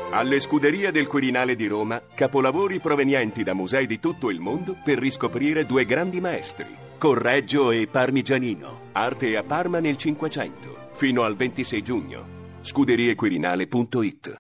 Alle Scuderie del Quirinale di Roma, capolavori provenienti da musei di tutto il mondo per riscoprire due grandi maestri, Correggio e Parmigianino. Arte a Parma nel Cinquecento, fino al 26 giugno. Scuderiequirinale.it.